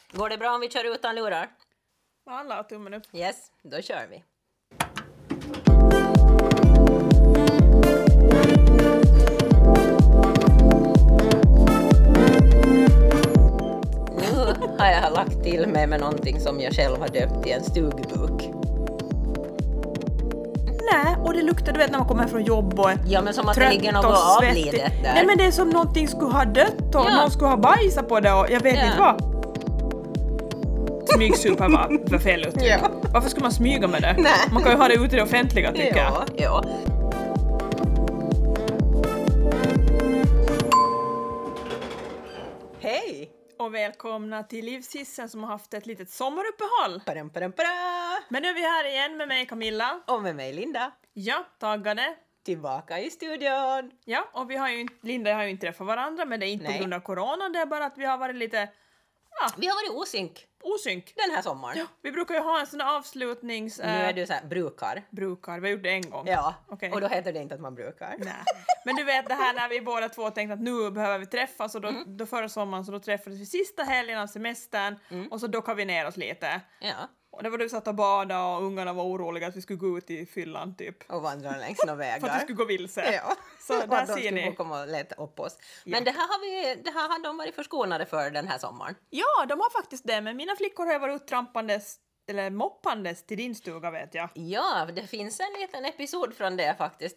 Går det bra om vi kör utan lurar? Alla har tummen upp. Yes, då kör vi. Nu har jag lagt till mig med någonting som jag själv har döpt i en stugbuk. Nej, och det luktar, du vet när man kommer från jobb och är Ja, men som att det trött ligger och något svettig. avlidet där. Nej, men det är som någonting skulle ha dött och någon skulle ha bajsat på det och jag vet inte vad. Smygsupa var fel uttryck. Ja. Varför ska man smyga med det? Nej. Man kan ju ha det ute i det offentliga tycker jag. Ja. Hej! Och välkomna till Livshissen som har haft ett litet sommaruppehåll. Padam. Men nu är vi här igen med mig Camilla. Och med mig Linda. Ja, taggade. Tillbaka i studion. Ja, och vi har ju Linda har ju inte träffat varandra, men det är inte Nej. på grund av corona, det är bara att vi har varit lite Vi har varit osynk osynk. den här sommaren. Ja, vi brukar ju ha en sån avslutnings... Nu är du så här, brukar. brukar. Vi har gjort det en gång. Ja, Okej. och då heter det inte att man brukar. Nej. Men du vet det här när vi båda två tänkte att nu behöver vi träffas och då förra sommaren så då träffades vi sista helgen av semestern och så dockade vi ner oss lite. Ja, Och det var du satt och badade och ungarna var oroliga att vi skulle gå ut i fyllan typ. och vandra längs några vägar. För att vi skulle gå vilse. Ja, Så och där att de ser skulle ni. få komma och leta upp oss. Men det här har de varit förskonade för den här sommaren. Ja, de har faktiskt det, men mina flickor har ju varit uttrampandes eller moppandes till din stuga vet jag. Ja, det finns en liten episod från det faktiskt.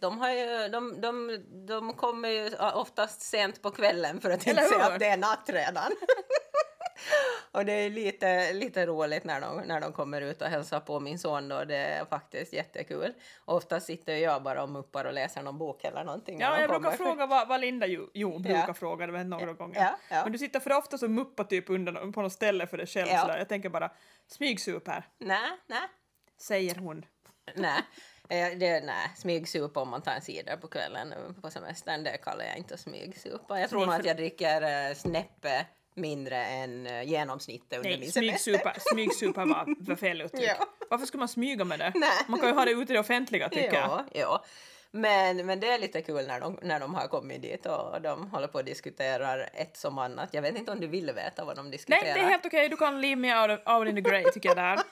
De kommer ju oftast sent på kvällen för att inte Eller säga hur? att det är natt redan. Och det är lite roligt när de kommer ut och hälsar på min son då. Det är faktiskt jättekul. Ofta sitter jag bara och muppar och läser någon bok eller någonting. när Ja, de jag brukar kommer. fråga vad Linda brukar fråga, det var några gånger. Ja. Men du sitter för ofta så muppa typ på något ställe för dig själv. Ja. Sådär. Jag tänker bara, smygsup här, Nej. säger hon. Nej, smygsupa om man tar en cider på kvällen på semestern, det kallar jag inte smygsupa. Jag tror nog att jag dricker snäppe mindre än genomsnittet under min semester. Smygsupa var fel uttryck. Ja. Varför ska man smyga med det? Nej. Man kan ju ha det ute i det offentliga tycker jag. Ja. Men det är lite kul när de har kommit dit och de håller på att diskutera ett som annat. Jag vet inte om du vill veta vad de diskuterar. Nej, det är helt okej. Du kan leave me out in the grey tycker jag där.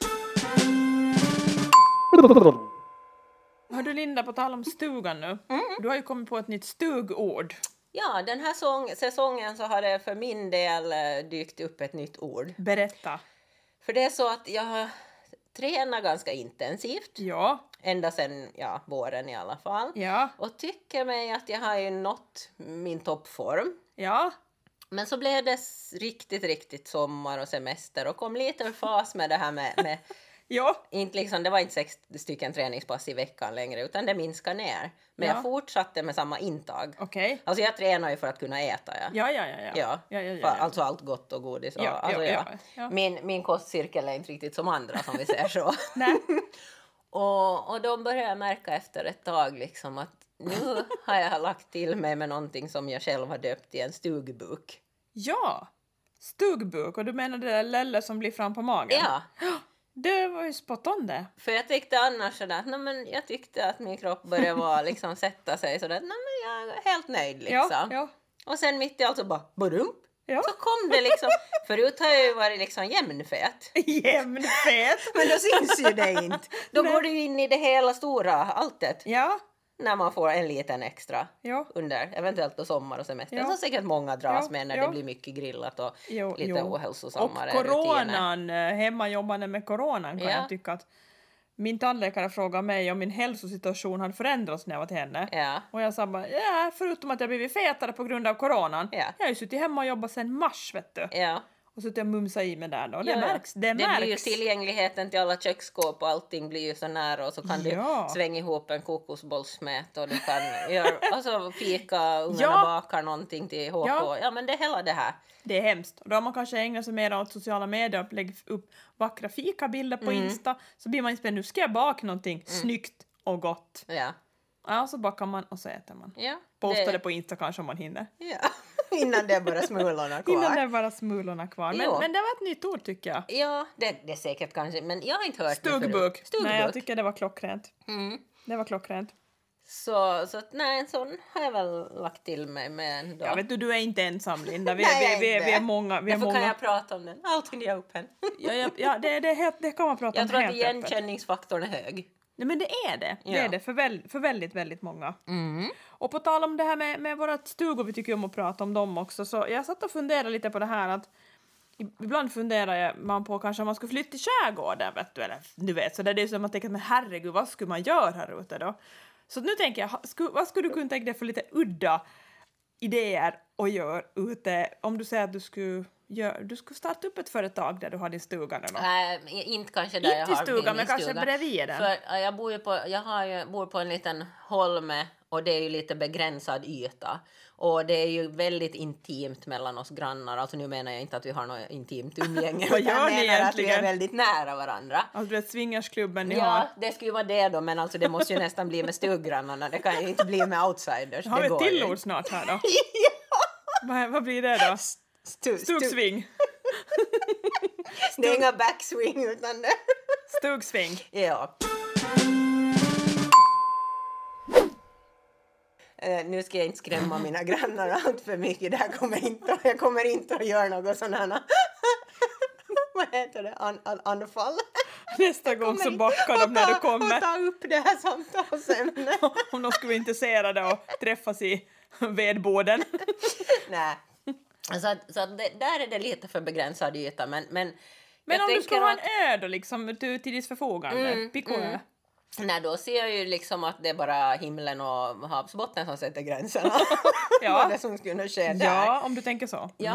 Har du Linda på tal om stugan nu? Du har ju kommit på ett nytt stugord. Ja, den här säsongen så har det för min del dykt upp ett nytt ord. Berätta. För det är så att jag tränar ganska intensivt. Ja. Ända sedan våren i alla fall. Ja. Och tycker mig att jag har ju nått min toppform. Ja. Men så blev det riktigt sommar och semester och kom lite ur fas med det här med Ja. inte liksom, det var inte 6 stycken träningspass i veckan längre utan det minskar ner. Men jag fortsatte med samma intag. Okej. Alltså jag tränar ju för att kunna äta. Ja. Alltså allt gott och godis. Och, Ja. Min kostcirkel är inte riktigt som andra som vi säger så. Nej. och då började jag märka efter ett tag liksom att nu har jag lagt till mig med någonting som jag själv har döpt i en stugbuk. Ja. Stugbuk. Och du menar det där lelle som blir fram på magen? Ja. Det var ju spot on det. För jag tyckte annars sådär, jag tyckte att min kropp började vara liksom sätta sig sådär, jag är helt nöjd liksom. Ja. Och sen mitt i allt så bara, badump. Ja. Så kom det liksom, förut har jag ju varit liksom jämnfet. Jämnfet. Men då syns ju det inte. Då går du in i det hela stora alltet. Ja. När man får en liten extra Ja. under eventuellt då sommar och semester. Ja. Så säkert många dras med när Ja. det blir mycket grillat och lite Och ohälsosammare coronan, hemmajobbande med coronan kan Ja. jag tycka att min tandläkare frågade mig om min hälsosituation hade förändrats när jag var till henne. Ja. Och jag sa bara, förutom att jag blivit fetare på grund av coronan. Ja. Jag har ju suttit hemma och jobbat sedan mars, vet du. Ja. Och suttit och mumsat i mig där då. Det Ja. märks. Det blir ju märks. tillgängligheten till alla köksskåp och allting blir ju så nära och så kan Ja. du svänga ihop en kokosbollsmät och du kan göra, fika, ungarna Ja. bakar någonting till HK. Ja. Ja, men det är hela det här. Det är hemskt. Och då har man kanske ägnat sig mer åt sociala medier och lägger upp vackra fikabilder på Insta. Så blir man inspirerad, nu ska jag baka någonting snyggt och gott. Ja. Ja, så bakar man och så äter man. Ja. Postar det på Insta kanske om man hinner. Ja. Innan det är bara smulorna kvar. Innan det är bara smulorna kvar. Jo. Men det var ett nytt ord tycker jag. Ja, det är säkert kanske, men jag har inte hört det förut. Stugbuk. Stugbuk. Nej, jag tycker det var klockrent. Mm. Det var klockrent. Så att, nej, en sån har jag väl lagt till mig med ändå. Ja, vet du är inte ensam, Linda. Vi Nej, är många. Därför kan jag prata om den. Out in the open. Ja, det kan man prata om Jag tror att helt öppet. igenkänningsfaktorn är hög. Nej, men det är det. Det Ja. är det för väldigt, väldigt många. Och på tal om det här med våra stugor, vi tycker om att prata om dem också, så jag satt och funderade lite på det här att ibland funderar man på kanske om man skulle flytta till skärgården, vet du, eller du vet, så det är som att man tänker, men herregud, vad skulle man göra här ute då? Så nu tänker jag, vad skulle du kunna tänka dig för lite udda idéer att göra ute, om du säger att du skulle starta upp ett företag där du har din stuga nu då? Inte kanske där jag Inte i har stugan, min men kanske stuga. bredvid den. För jag bor på en liten holme och det är ju lite begränsad yta. Och det är ju väldigt intimt mellan oss grannar. Alltså nu menar jag inte att vi har något intimt umgänge. Vad gör jag ni menar att vi är egentligen? väldigt nära varandra. Alltså du vet, swingersklubben ni har. Ja, det skulle ju vara det då, men alltså det måste ju nästan bli med stuggrannarna. Det kan ju inte bli med outsiders. Har det vi ett går till ju ord inte. snart här då? Vad blir det då? Stugsving. Det är inga backswing utan det. Stugsving. Ja. Nu ska jag inte skrämma mina grannar allt för mycket. Jag kommer inte att göra något sådana vad heter det? Anfall. Nästa gång så backar de när du kommer. Och ta upp det här samtalsämnet. Om de skulle vara intresserade och träffas i vedboden. Nej. Så att där är det lite för begränsad yta. Men om du skulle ha en ö då liksom till ditt förfogande. Picoö. Nej, då ser jag ju liksom att det är bara himlen och havsbotten som sätter gränserna. Ja. Vad det som skulle ske där. Ja, om du tänker så. Jag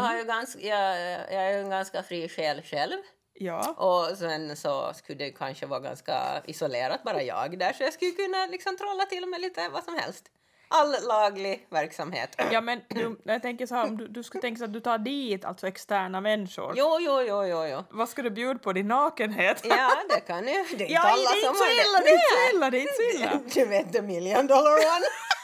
är ju en ganska fri själ själv. Ja. Och sen så skulle det kanske vara ganska isolerat bara jag där. Så jag skulle kunna liksom trolla till med lite vad som helst. All laglig verksamhet. Ja, men jag tänker så här, om du skulle tänka så att du tar dit alltså externa människor. Jo. Vad ska du bjuda på, din nakenhet? Ja, det kan ju. Det är inte Ja, alla det är som inte så har illa, det är inte så illa, det är inte så illa. Du vet, the $1 million one.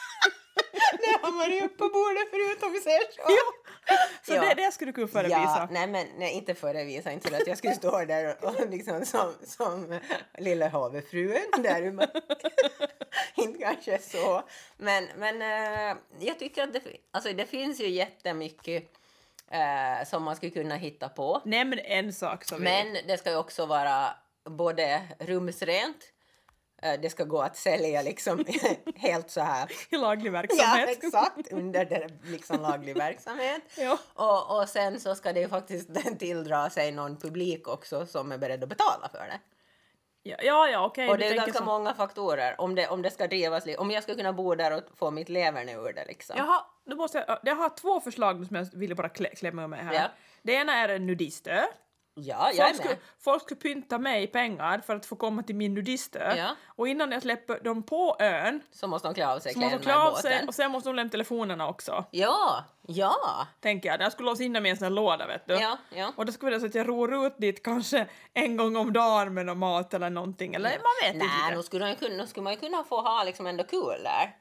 Det har varit uppe på bordet förut om vi säger så. Så Ja. det skulle du kunna förevisa. Ja, nej, inte förevisa. Inte så att jag skulle stå där och liksom som lilla havefruen där. Inte kanske så. Men jag tycker att det finns ju jättemycket som man skulle kunna hitta på. Nämn en sak som Men det ska ju också vara både rumsrent. Det ska gå att sälja liksom helt så här. i laglig Ja, verksamhet. exakt. Under det liksom laglig verksamhet. Ja. Och sen så ska det ju faktiskt tilldra sig någon publik också som är beredd att betala för det. Ja, okej. Och det är ju ganska så. många faktorer om det ska drivas. Om jag ska kunna bo där och få mitt leverne ur det liksom. Jaha, jag har 2 förslag som jag ville bara klämma med här. Ja. Det ena är en nudistö. Ja, jag är med. Folk skulle pynta mig pengar för att få komma till min nudistö. Ja. Och innan jag släpper dem på ön Så måste de klä av sig så måste de klä kläderna i av sig båten. och sen måste de lämna telefonerna också. Ja. Tänker jag. Jag skulle låsa in dem i en sån här låda, vet du. Ja. Och det skulle vara så att jag ror ut dit kanske en gång om dagen med någon mat eller någonting. Eller man vet Nej, inte. nu skulle man ju kunna få ha liksom ändå kul där.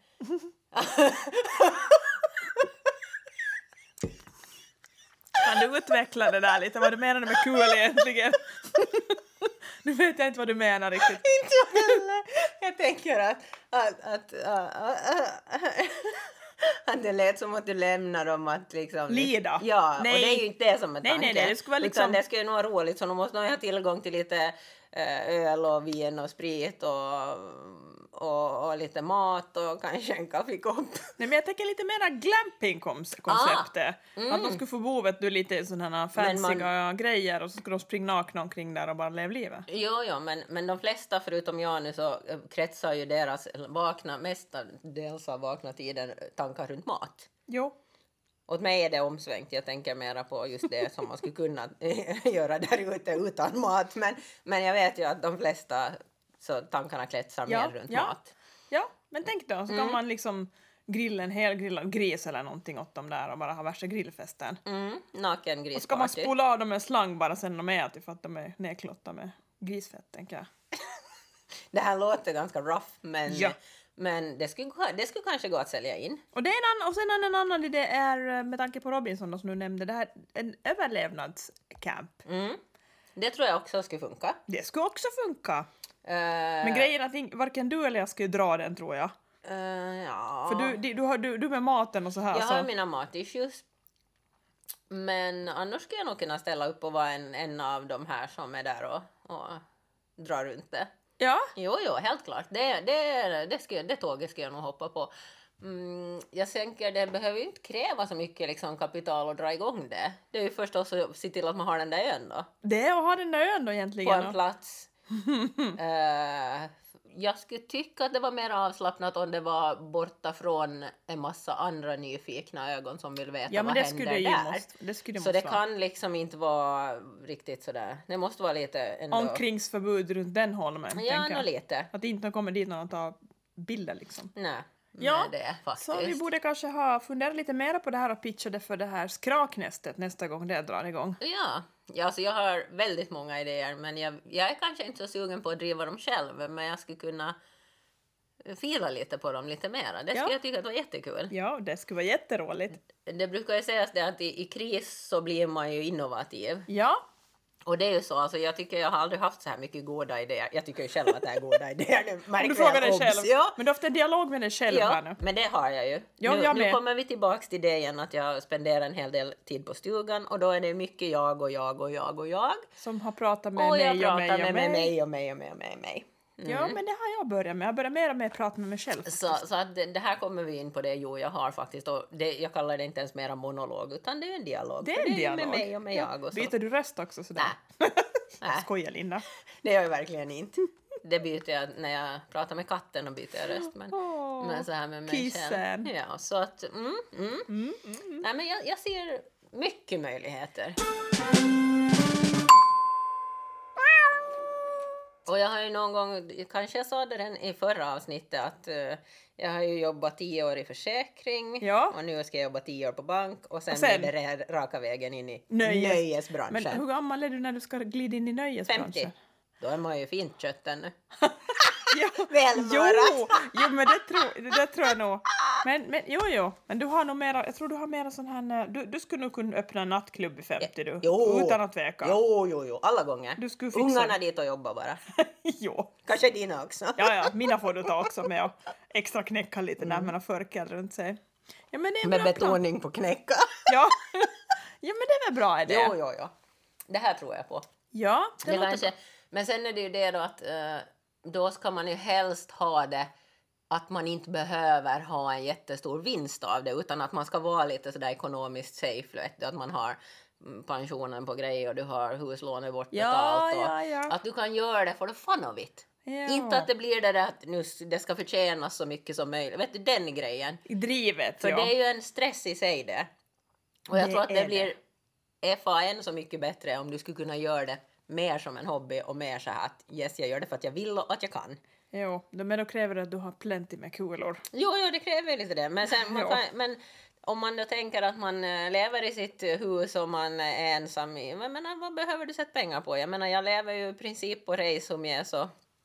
Kan du utveckla det där lite? Vad du menar med kul egentligen? Nu vet jag inte vad du menar riktigt. Inte jag heller. Jag tänker att det lät som att du lämnar dem att liksom... Lida. Ja, Nej. och det är ju inte det som är tanken. Nej, det skulle vara liksom... Utan det ska ju nog vara roligt, så de måste nog ha tillgång till lite öl och vin och sprit och lite mat och kanske en kaffekopp. Nej, men jag tänker lite mera glamping-konceptet. Att de skulle få bo, vet du, lite sådana fancyga grejer och så skulle de springa nakna omkring där och bara leva livet. Jo, men de flesta förutom jag nu så kretsar ju deras mestadels av vakna tiden tankar runt mat. Jo. Åt mig är det omsvängt. Jag tänker mera på just det som man skulle kunna göra där ute utan mat. Men jag vet ju att de flesta så tankarna kretsar mer runt mat. Ja, men tänk då, så kan man liksom grilla en hel grillad gris eller någonting åt dem där och bara ha värsta grillfesten. Naken grisparty. Och ska man spola av dem med en slang bara sen de äter för att de är nedklottade med grisfett, tänker jag. Det här låter ganska rough, men det skulle kanske gå att sälja in. Och det är och sen en annan idé är, med tanke på Robinson då, som du nämnde, det här en överlevnadscamp. Det tror jag också skulle funka. Det skulle också funka. Men grejen är att varken du eller jag skulle dra den, tror jag. Ja. För du med maten och så här. Jag så. har mina matissues. Men annars skulle jag nog kunna ställa upp och vara en av de här som är där och drar runt det. Ja. Jo, helt klart. Det tåget ska jag nog hoppa på. Jag tänker, det behöver ju inte kräva så mycket liksom, kapital att dra igång det. Det är ju förstås att se till att man har den där ön då. Det är att ha den där ön då egentligen. På en plats. Jag skulle tycka att det var mer avslappnat om det var borta från en massa andra nyfikna ögon som vill veta vad händer där. Det skulle så det kan liksom inte vara riktigt sådär. Det måste vara lite ändå... omkringsförbud runt den holmen. Ja, nog lite. Att inte kommer dit någon att ta bilder liksom. Nej. Ja, det faktiskt. Så vi borde kanske ha funderat lite mer på det här och pitcha det för det här skraknästet nästa gång det drar igång. Ja, så jag har väldigt många idéer, men jag är kanske inte så sugen på att driva dem själv, men jag skulle kunna fila lite på dem lite mer. Det skulle jag tycka att var jättekul. Ja, det skulle vara jätteroligt. Det brukar ju sägas det att i kris så blir man ju innovativ. Ja. Och det är ju så, alltså jag tycker jag har aldrig haft så här mycket goda idéer. Jag tycker ju själv att det är goda idéer. Om du frågar dig själv. Ja. Men du har haft en dialog med dig själv här nu. Men det har jag ju. Ja, nu kommer vi tillbaka till det igen att jag spenderar en hel del tid på stugan. Och då är det mycket jag. Som har pratat med mig och mig. Ja, men det har jag börjat med. Jag börjar mer och mer prata med mig själv. Så att det här kommer vi in på det. Jo, jag har faktiskt. Och jag kallar det inte ens mera monolog, utan det är en dialog. Det är en dialog. Med mig och med jag. Och så. Byter du röst också sådär? Nej. Jag skojar, Linda. Det gör jag verkligen inte. Det byter jag när jag pratar med katten och byter jag röst. Men så här med mig själv. Ja, så att... Nej, men jag ser mycket möjligheter. Och jag har ju någon gång, kanske jag sa det redan i förra avsnittet, att jag har ju jobbat 10 år i försäkring. Ja. Och nu ska jag jobba 10 år på bank. Och sen är det raka vägen in i nöjesbranschen. Men hur gammal är du när du ska glida in i nöjesbranschen? 50. Då är man ju fint kött ännu. Jo, men det tror jag nog. Men jo. Men du har nog mera, jag tror du har mera sån här, du skulle nog kunna öppna en nattklubb i 50 du. Utan att tveka. Jo, alla gånger. Du skulle fixa. Ungarna dit och jobba bara. Jo. Kanske dina också. Ja, mina får du ta också med och extra knäcka lite när man har förkel runt sig. Ja, men det är med betoning på knäcka. Ja, men det är väl bra idé. Jo. Det här tror jag på. Ja, det kanske. Men sen är det ju det då att då ska man ju helst ha det att man inte behöver ha en jättestor vinst av det, utan att man ska vara lite sådär ekonomiskt safe, vet du, att man har pensionen på grejer och du har huslånet bortbetalt och att du kan göra det för the fun of it. Ja. Inte att det blir det där att nu det ska förtjänas så mycket som möjligt, vet du, den grejen. I drivet, för det är ju en stress i sig det. Och jag tror att det blir FAN så mycket bättre om du skulle kunna göra det mer som en hobby och mer så här att yes, jag gör det för att jag vill och att jag kan. Jo, men då kräver det att du har plenty med kulor. Jo, det kräver lite det. Men, sen, men om man då tänker att man lever i sitt hus och man är ensam i, men vad behöver du sätta pengar på? Jag menar, jag lever ju i princip på race och mjäs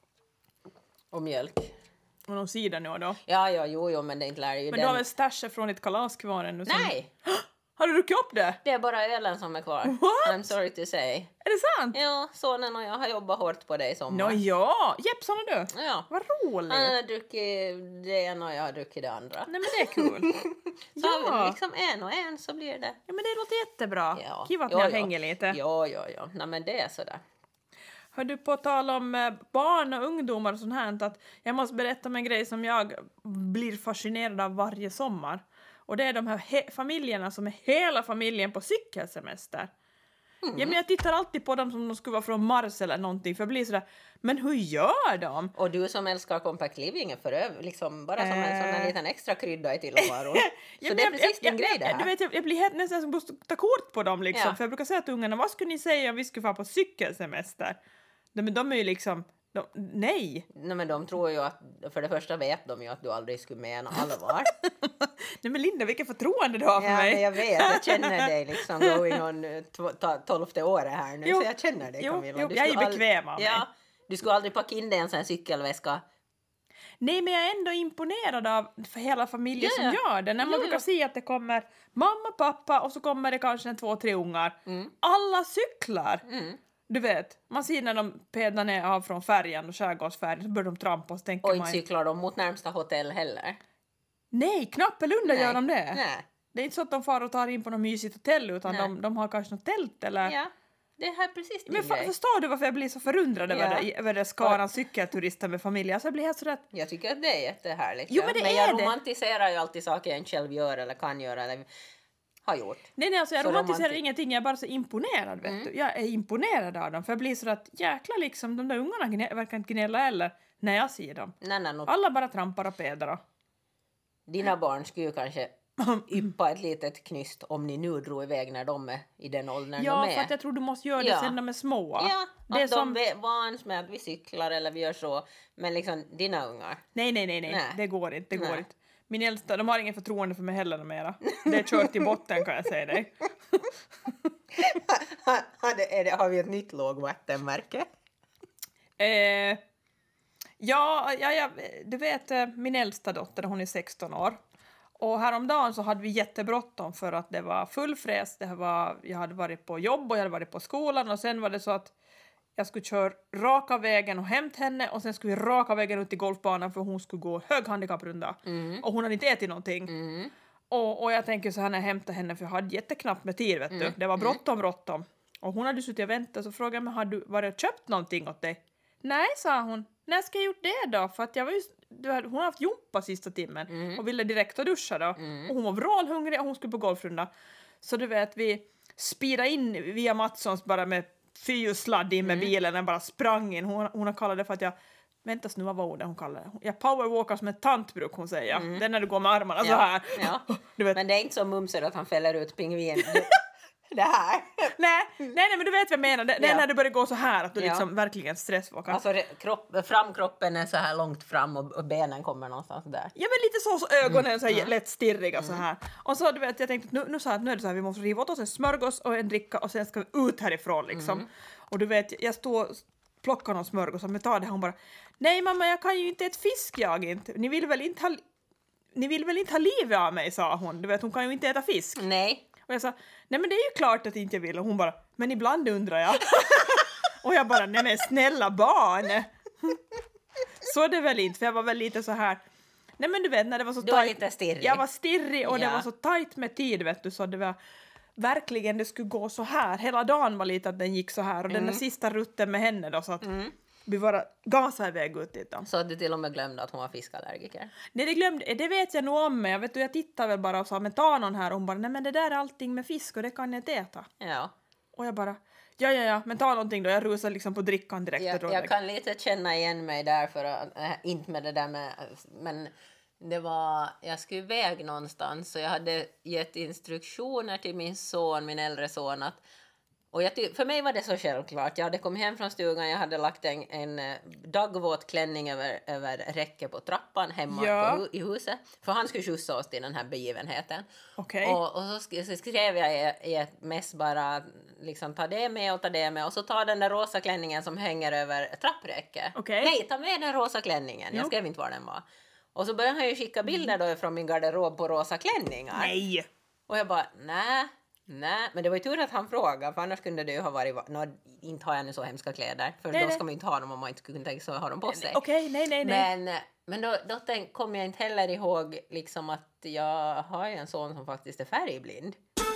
och mjölk. Och någon sida nu då? Ja, jo, men det är inte lär ju. Men du har väl stashat från ditt kalas kvar ännu? Nej! Har du druckit upp det? Det är bara ölen som är kvar. What? I'm sorry to say. Är det sant? Ja, sonen och jag har jobbat hårt på det i sommar. Jeppsan och du. Ja. Vad roligt. Han har druckit det ena och jag har druckit det andra. Nej, men det är kul. Så har vi liksom en och en så blir det. Ja, men det låter jättebra. Ja. Kiva att ni hänger lite. Ja. Nej, men det är sådär. Hör du, på tal om barn och ungdomar och sånt här, att jag måste berätta om en grej som jag blir fascinerad av varje sommar. Och det är de här familjerna som är hela familjen på cykelsemester. Ja, men jag tittar alltid på dem som de skulle vara från Mars eller någonting. För jag blir sådär, men hur gör de? Och du som älskar compact living för liksom bara som en sån här liten extra krydda i tillvaron. Så det är precis din grej det här. Du vet, jag blir helt nästan som måste ta kort på dem liksom. Ja. För jag brukar säga till ungarna, vad skulle ni säga om vi skulle vara på cykelsemester? De är ju liksom... Nej, men de tror ju att, för det första vet de ju att du aldrig skulle mena allvar. Nej, men Linda, vilket förtroende du har för mig. Ja, jag vet, jag känner dig liksom going on 12:e året här nu. Så jag känner dig, Camilla. Jo, jag är bekväm av mig. Ja, du skulle aldrig packa in dig en sån här cykelväska. Nej, men jag är ändå imponerad av för hela familjen som gör det. När man brukar se att det kommer mamma, pappa och så kommer det kanske 2-3 ungar. Alla cyklar. Du vet, man ser när de pedlar ner av från färjan och skärgårdsfärjan så börjar de trampa och så tänker Och man... inte cyklar de mot närmsta hotell heller. Nej, Knappelunda gör de det. Nej. Det är inte så att de far och tar in på något mysigt hotell utan de har kanske något tält eller... Ja, det här är precis din Men grej. förstår du varför jag blir så förundrad över det skaran cykelturister med familj? Alltså jag blir helt sådär... Jag tycker att det är jättehärligt. Jo, men det men är jag det. romantiserar ju alltid saker jag inte själv gör eller kan göra eller har gjort. Nej, alltså jag Så romantiserar ingenting, jag är bara så imponerad, vet du. Jag är imponerad av dem, för jag blir så att jäkla liksom, de där ungarna verkar inte gnälla heller när jag ser dem. Nej, Alla bara trampar och pedrar. Dina barn skulle ju kanske yppa ett litet knyst om ni nu drog iväg när de är i den åldern de är. Ja, för att jag tror du måste göra det sen de är små. Ja, det är att som... de är vans med att vi cyklar eller vi gör så. Men liksom dina ungar. Nej. Det går inte, det går Nej. inte. Min äldsta, de har ingen förtroende för mig heller mera. Det är kört i botten kan jag säga dig. Har vi ett nytt lågvattenmärke? Ja, du vet min äldsta dotter, hon är 16 år. Och häromdagen så hade vi jättebråttom för att det var full fräs. Jag hade varit på jobb och jag hade varit på skolan och sen var det så att jag skulle köra raka vägen och hämta henne och sen skulle vi raka vägen ut till golfbanan för hon skulle gå höghandikapprunda. Och hon hade inte ätit någonting. Och jag tänker så här när jag hämtade henne, för jag hade jätteknappt med tid, vet du. Det var bråttom. Och hon hade suttit och väntat, så frågade jag mig, har du varit och köpt någonting åt dig? Nej, sa hon. När ska jag gjort det då? För att jag var ju, hon har haft jumpa sista timmen och ville direkt att duscha då. Och hon var vrålhungrig och hon skulle på golfrunda. Så du vet, vi speedade in via Matssons bara med fyrsladd in med bilen. Den bara sprang in. Hon har kallat det för att jag... Vänta nu, vad var orden hon kallade det? Jag powerwalkar som en tant, brukar hon säga. Det är när du går med armarna så här. Ja. Du vet. Men det är inte så mumser att han fäller ut pingvin. Det här. Nej, men du vet vad jag menar. Det är när du börjar gå så här att du liksom verkligen stressvakar. Alltså framkroppen är så här långt fram och benen kommer någonstans där. Ja, men lite så ögonen är så här lätt stirriga så här. Och så du vet, jag tänkte att nu är det så här, vi måste riva åt oss en smörgås och en dricka och sen ska vi ut härifrån liksom. Och du vet, jag står och plockar någon smörgås och tar det här, hon bara, nej mamma, jag kan ju inte äta fisk, jag inte. Ni vill väl inte ha livet av mig, sa hon. Du vet, hon kan ju inte äta fisk. Nej. Och jag sa, nej men det är ju klart att inte jag vill. Och hon bara, men ibland undrar jag. Och jag bara, nej men snälla barn. Så är det väl inte, för jag var väl lite så här. Nej men du vet, när det var så Du var lite stirrig. Jag var stirrig och det var så tajt med tid, vet du. Så det var verkligen, det skulle gå så här. Hela dagen var lite att den gick så här. Och den där sista rutten med henne då, så att vi bara gasade iväg ut dit då. Så att du till och med glömde att hon var fiskallergiker? Nej, det vet jag nog om mig. Jag tittade väl bara och sa, men ta någon här. Och hon bara, nej men det där är allting med fisk och det kan jag inte äta. Ja. Och jag bara, ja, men ta någonting då. Jag rusar liksom på drickan direkt. Jag kan lite känna igen mig där, för att, inte med det där med, men det var, jag skulle iväg någonstans så jag hade gett instruktioner till min äldre son att, och för mig var det så självklart. Jag hade kommit hem från stugan, jag hade lagt en dagvåt klänning över räcke på trappan hemma i huset. För han skulle skjutsa oss till den här begivenheten. Okay. Och så skrev jag i ett mess bara, liksom ta det med och så ta den där rosa klänningen som hänger över trappräcket. Okay. Nej, ta med den rosa klänningen. Jag skrev inte var den var. Och så började han ju skicka bilder då från min garderob på rosa klänningar. Nej! Och jag bara, nej, men det var ju tur att han frågade, för annars kunde det ju ha varit, inte har jag nu så hemska kläder, för då ska man ju inte ha dem om man inte kunde tänka sig att ha dem på sig. Okej, nej. Men då kom jag inte heller ihåg liksom att jag har ju en son som faktiskt är färgblind.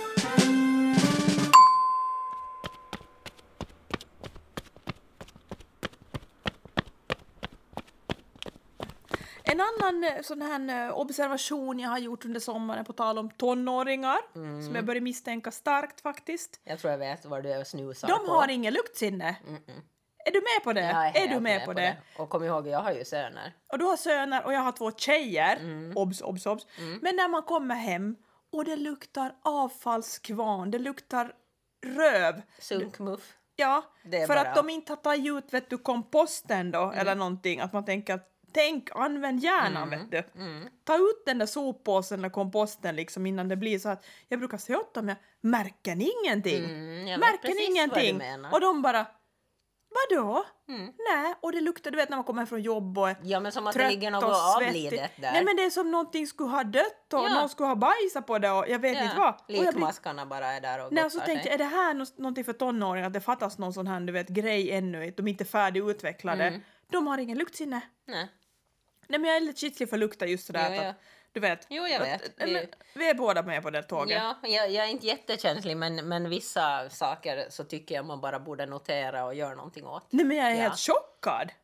En annan sån här observation jag har gjort under sommaren på tal om tonåringar, som jag börjar misstänka starkt faktiskt. Jag tror jag vet vad du är och snusar De på. har ingen luktsinne. Är du med på det? Jag är du med på det? Och kom ihåg, jag har ju söner. Och du har söner och jag har 2 tjejer. Obs. Men när man kommer hem och det luktar avfallskvarn, det luktar röv. Sunkmuff. Ja, för bara att de inte har tagit ut, vet du, komposten då, eller någonting. Att man tänker att använd hjärnan, vet du. Ta ut den där soppåsen eller komposten liksom innan det blir så att jag brukar säga åt dem, märker ni ingenting? Jag vet Märker precis ni ingenting? vad du menar. Och de bara, Vadå? Nej, och det luktar, du vet när man kommer från jobb och är Ja, men som att det trött ligger och något svettig. avlidet där. Nej, men det är som någonting skulle ha dött och någon skulle ha bajsat på det och jag vet inte vad. Och jag blir... Likmaskarna bara är där och Nej, gottar och så tänkte jag, är det här någonting för tonåringar? Att det fattas någon sån här, du vet, grej ännu. De är inte färdigutvecklade. De har ingen luktsinne. Nej. Nej, men jag är lite kittlig för lukta just sådär. Jo, ja. Att, du vet. Jo, jag vet. Vi är båda med på det tåget. Ja, jag är inte jättekänslig, men vissa saker så tycker jag man bara borde notera och göra någonting åt. Nej, men jag är helt chockad.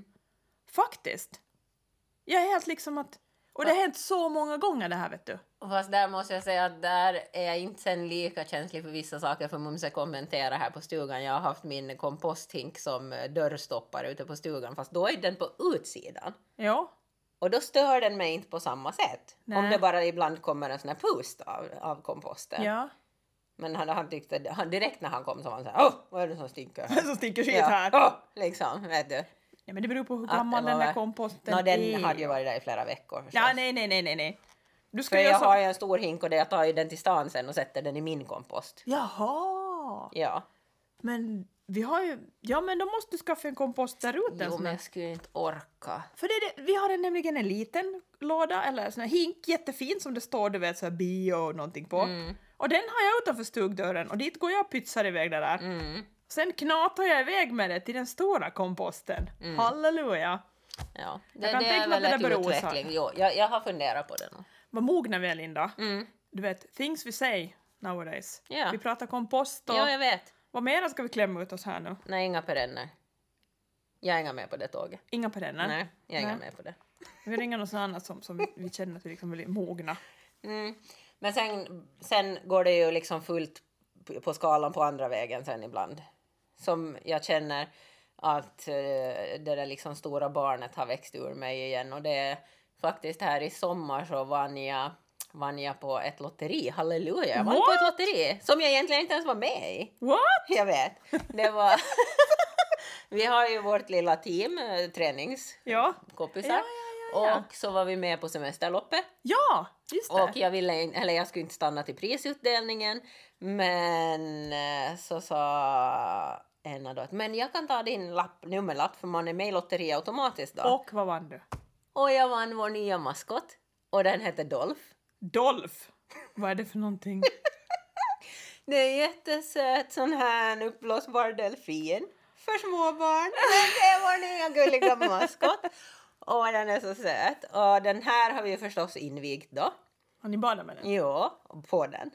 Faktiskt. Jag är helt liksom att... Och det har hänt så många gånger det här, vet du. Fast där måste jag säga att där är jag inte sen lika känslig för vissa saker, för man måste kommentera här på stugan. Jag har haft min komposthink som dörrstoppare ute på stugan, fast då är den på utsidan. Ja. Och då stör den mig inte på samma sätt. Nej. Om det bara ibland kommer en sån här pust av komposten. Ja. Men han tyckte, direkt när han kom så var han så här, åh, vad är det som stinker här? Som stinker skit här. Åh, liksom, vet du. Ja, men det beror på hur gammal den där komposten är. Den hade ju varit där i flera veckor. Ja, nej. Du ska för jag så... har ju en stor hink och jag tar ju den till stan sen och sätter den i min kompost. Jaha. Ja. Men vi har ju... Ja, men då måste du skaffa en kompost där ute. Jo, men jag skulle inte orka. För vi har nämligen en liten låda, eller en sån här hink, jättefin som det står, du vet, så här bio och någonting på. Och den har jag utanför stugdörren och dit går jag och pytsar iväg det där. Sen knatar jag iväg med det till den stora komposten. Halleluja. Ja, jag kan tänka mig att det där beror utveckling. Jo, jag har funderat på det nu. Vad mognar vi är, Linda? Du vet, things we say nowadays. Ja. Vi pratar kompost och... Ja, jag vet. Vad mer ska vi klämma ut oss här nu? Nej, inga perenner. Jag är inga med på det tåget. Inga perenner? Nej, jag är inga med på det. Vi ringer något annat som vi känner att vi liksom vill mogna. Men sen går det ju liksom fullt på skalan på andra vägen sen ibland. Som jag känner att det där liksom stora barnet har växt ur mig igen. Och det är faktiskt här i sommar så vann jag på ett lotteri. Halleluja, jag vann på ett lotteri som jag egentligen inte ens var med i. What? Jag vet. Det var... Vi har ju vårt lilla team, träningskompisar. Ja. Och så var vi med på semesterloppet. Ja, just det. Och jag skulle inte stanna till prisutdelningen. Men så sa Enna då att men jag kan ta din nummerlapp för man är med i lotteri automatiskt då. Och vad vann du? Och jag vann vår nya maskot. Och den heter Dolph. Dolph? Vad är det för någonting? Det är jättesöt sån här uppblåsbar delfin för små barn. Det är vår nya gulliga maskot. Och den är så söt. Och den här har vi förstås invigt då. Har ni badat med den? Jo, på den.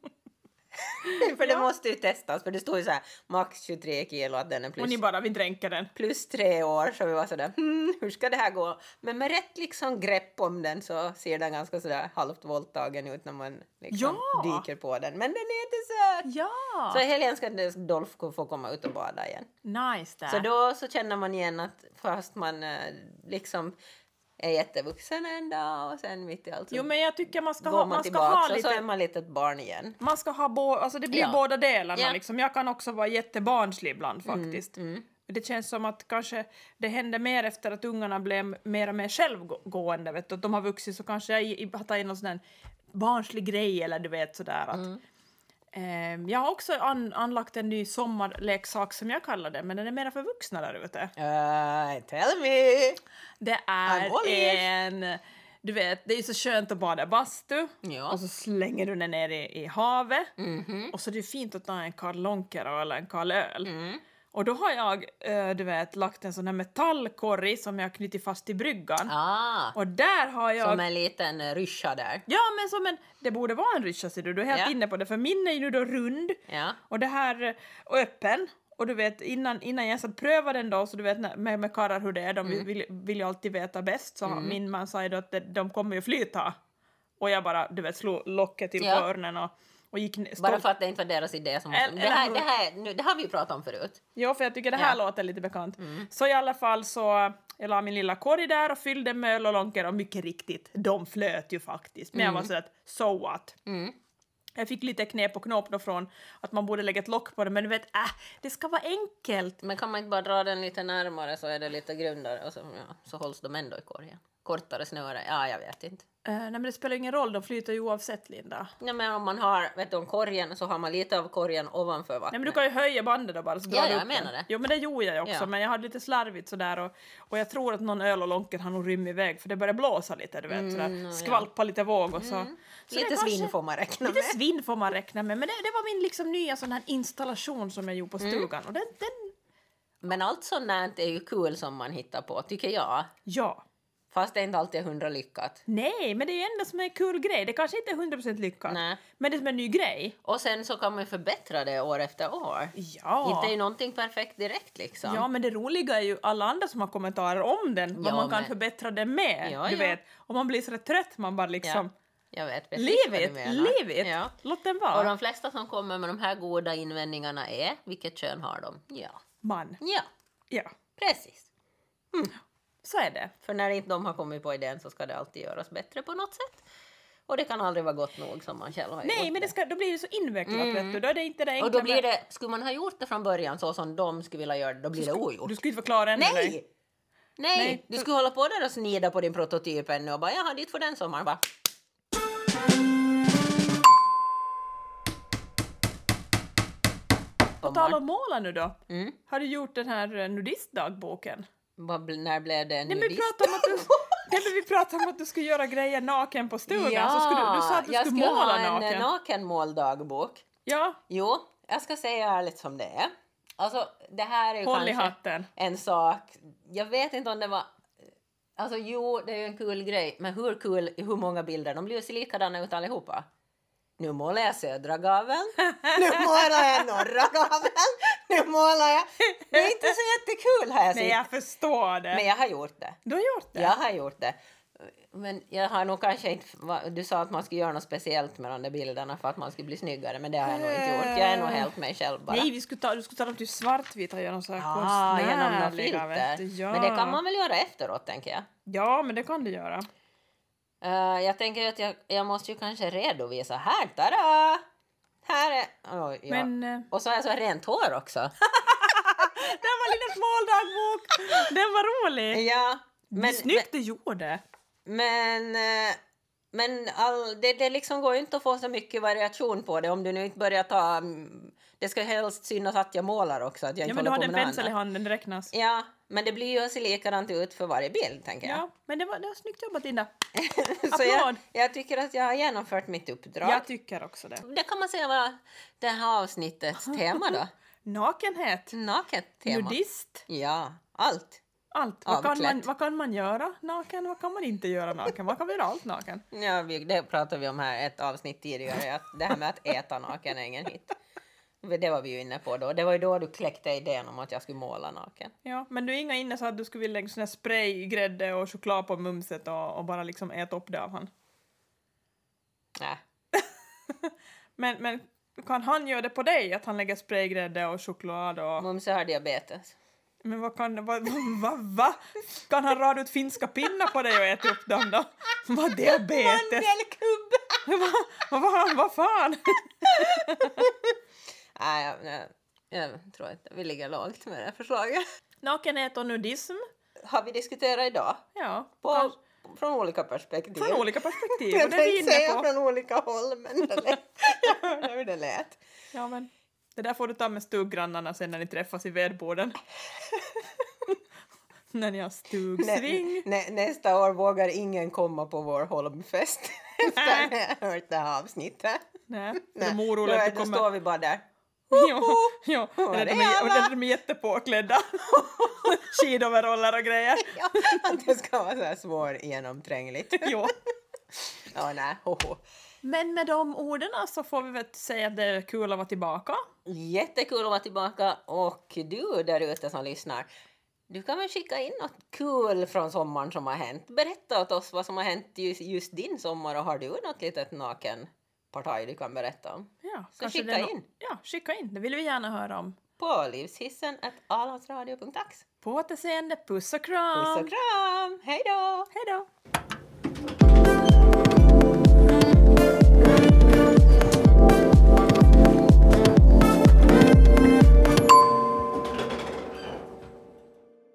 För det måste ju testas. För det står ju så här max 23 kilo att den är plus. Och ni bara, vi dränker den. Plus 3 år. Så vi var sådär, hur ska det här gå? Men med rätt liksom grepp om den så ser den ganska sådär halvt våldtagen ut när man liksom dyker på den. Men den är jättesöt. Ja. Så i helgen ska Dolph få komma ut och bada igen. Nice där. Så då så känner man igen att fast man liksom är jättevuxen en dag och sen mitt i allt så jo, men jag tycker man ska går ha, man man ska tillbaka ha och lite... så är man lite ett barn igen. Man ska ha alltså det blir båda delarna liksom. Jag kan också vara jättebarnslig ibland faktiskt. Det känns som att kanske det händer mer efter att ungarna blev mer och mer självgående, vet du. Att de har vuxit så kanske jag har tagit någon sån här barnslig grej eller du vet sådär att jag har också anlagt en ny sommarleksak som jag kallar det, men den är mer för vuxna där ute. Tell me! Det är en... Du vet, det är så skönt att bada bastu. Ja. Och så slänger du den ner i havet. Och så är det fint att ta en Karl Lonkero eller en Karl Öl. Och då har jag, du vet, lagt en sån här metallkorg som jag knutit fast i bryggan. Och där har jag... Som en liten ryscha där. Ja, men som en... Det borde vara en ryscha, ser du. Du är helt inne på det. För min är ju nu då rund. Ja. Och det här och öppen. Och du vet, innan jag ens att pröva den då, så du vet med karrar hur det är, de vill ju alltid veta bäst. Så min man sa ju då att de kommer ju flyta. Och jag bara, du vet, slog locket till på öronen och gick... Bara för att det inte var deras idé som... Det har vi ju pratat om förut. Jo, för jag tycker det här låter lite bekant. Så i alla fall så... Jag la min lilla korg där och fyllde med öl och lonker och mycket riktigt, de flöt ju faktiskt. Men jag var så att, so what? Jag fick lite knep och knåp då från att man borde lägga ett lock på det. Men du vet, det ska vara enkelt. Men kan man inte bara dra den lite närmare så är det lite grundare och så hålls de ändå i korgen. Kortare snöre, jag vet inte. Nej, men det spelar ingen roll, de flyter ju oavsett, Linda. Ja, men om man har, vet du, om korgen så har man lite av korgen ovanför vattnet. Nej, men du kan ju höja bandet då bara så drar du upp jag menar det. Jo, men det gjorde jag också, men jag hade lite slarvigt sådär och jag tror att någon öl och lonken har nog rymt iväg för det började blåsa lite, du vet, sådär, skvalpa lite våg och så. Så lite svinn får man räkna med. Lite svinn får man räkna med, men det var min liksom nya sån här installation som jag gjorde på stugan och den Men allt sånt där är ju kul som man hittar på, tycker jag. ja. Fast det är inte alltid 100 lyckat. Nej, men det är ju ändå som en kul grej. Det kanske inte är 100% lyckat. Nej. Men det är som en ny grej. Och sen så kan man ju förbättra det år efter år. Ja. Inte är ju någonting perfekt direkt liksom. Ja, men det roliga är ju alla andra som har kommentarer om den. Vad Ja, man kan men- förbättra den med. Ja, du ja. vet. Om man blir så trött, man bara liksom... Jag vet precis vad Leave du it, menar. leave it. Ja. Låt den Och vara. de flesta som kommer med de här goda invändningarna är, vilket kön har de? Ja. Man. Ja, Ja, precis. så är det. För när inte de har kommit på idén så ska det alltid göras bättre på något sätt. Och det kan aldrig vara gott nog som man själv har Nej, gjort men då blir det så invecklat, vet du. Då är det inte det enkla. Och då blir med- det, skulle man ha gjort det från början så som de skulle vilja göra det, då blir det ogjort. Du skulle inte förklara ännu. Nej! Nej! Nej. Du skulle hålla på där och snida på din prototyp ännu och bara, jaha, dit för den sommaren. Bara, På tal om måla nu då. Mm. Har du gjort den här nudistdagboken? när blev det Nej, men nudist? vi pratade om att du skulle göra grejer naken på stugan. Så du sa att du jag skulle måla ha en naken. nakenmåldagbok. Ja, Jo, jag ska säga ärligt som det är. Alltså, det här är ju håll i kanske hatten. en sak. Jag vet inte om det var... Alltså, jo, det är ju en kul grej. Men hur många bilder? De blir ju så likadana ut allihopa. Nu målar jag södra gaveln. Nu målar jag norra gaveln. Nu målar jag... Det är inte så jättekul har jag Nej, sett. jag förstår det. Men jag har gjort det. Du har gjort det? Jag har gjort det. Men jag har nog kanske inte... Du sa att man skulle göra något speciellt med de där bilderna för att man skulle bli snyggare. Men det har jag nog inte gjort. Jag är nog helt mig själv bara. Nej, du skulle ta dem till svartvita och göra någon sån här Genom några konstnärliga, vet du. filter. Ja. Men det kan man väl göra efteråt, tänker jag. Ja, men det kan du göra. Jag tänker att jag måste ju kanske redovisa. Här, tada! Här är... Oh, ja. Men... Och så har jag så rent hår också. Den var lite småldagbok! Den var rolig! Ja. Snyggt du gjorde. Men det liksom går ju inte att få så mycket variation på det om du nu inte börjar ta... Det ska helst synas att jag målar också. Att jag Ja, inte men du håller hade på en med pensel i annat. handen, det räknas. Ja, men det blir ju så likadant ut för varje bild, tänker jag. Ja, men det var snyggt jobbat, Linda. Så jag Applåd. tycker att jag har genomfört mitt uppdrag. Jag tycker också det. Det kan man säga var det här avsnittets tema då. Nakenhet. Naket tema. Nudist. Ja, allt. Allt. Vad kan man göra naken? Vad kan man inte göra naken? Man kan göra allt naken. Ja, det pratade vi om här ett avsnitt tidigare. Att det här med att äta naken är ingen hit. Det var vi ju inne på då. Det var ju då du kläckte idén om att jag skulle måla naken. Ja, men du är inga inne så att du skulle vilja lägga sån här spray, grädde och choklad på mumset och bara liksom äta upp det av han. Nej. Men kan han göra det på dig? Att han lägger spray, grädde och choklad och... Mumse har diabetes. Men vad kan... Va? Kan han rada ut finska pinnar på dig och äta upp dem då? Vad diabetes? Mandelkubb! Vad fan? Nej, jag tror inte vi ligger lågt med det här förslaget. Nakenhet och nudism. Har vi diskuterat idag? Ja. Från olika perspektiv. Från olika perspektiv. Jag Och det är vi tänkte inne säga på. från olika håll, men jag hörde hur det lät. Ja, men det där får du ta med stuggrannarna sen när ni träffas i vedboden. När ni har stugsving. Nästa år vågar ingen komma på vår Holmfest efter att jag hört det här avsnittet. Nej, de är oroliga att du Då kommer... står vi bara där. Ja, Vad är eller det, de är jättepåklädda. Skidoveraller och grejer. Ja, att det ska vara så här svårgenomträngligt. Jo. Ja, nej. Hoho. Men med de orden så får vi väl säga att det är kul att vara tillbaka. Jättekul att vara tillbaka, och du där ute som lyssnar, du kan väl skicka in något kul från sommaren som har hänt. Berätta åt oss vad som har hänt just din sommar, och har du något litet nakenpartaj du kan berätta om? Ja, Så kanske skicka det är in. Ja, skicka in. Det vill vi gärna höra om. På livshissen@alandsradio.ax. På återseende, puss och kram! Puss och kram! Hej då! Hej då!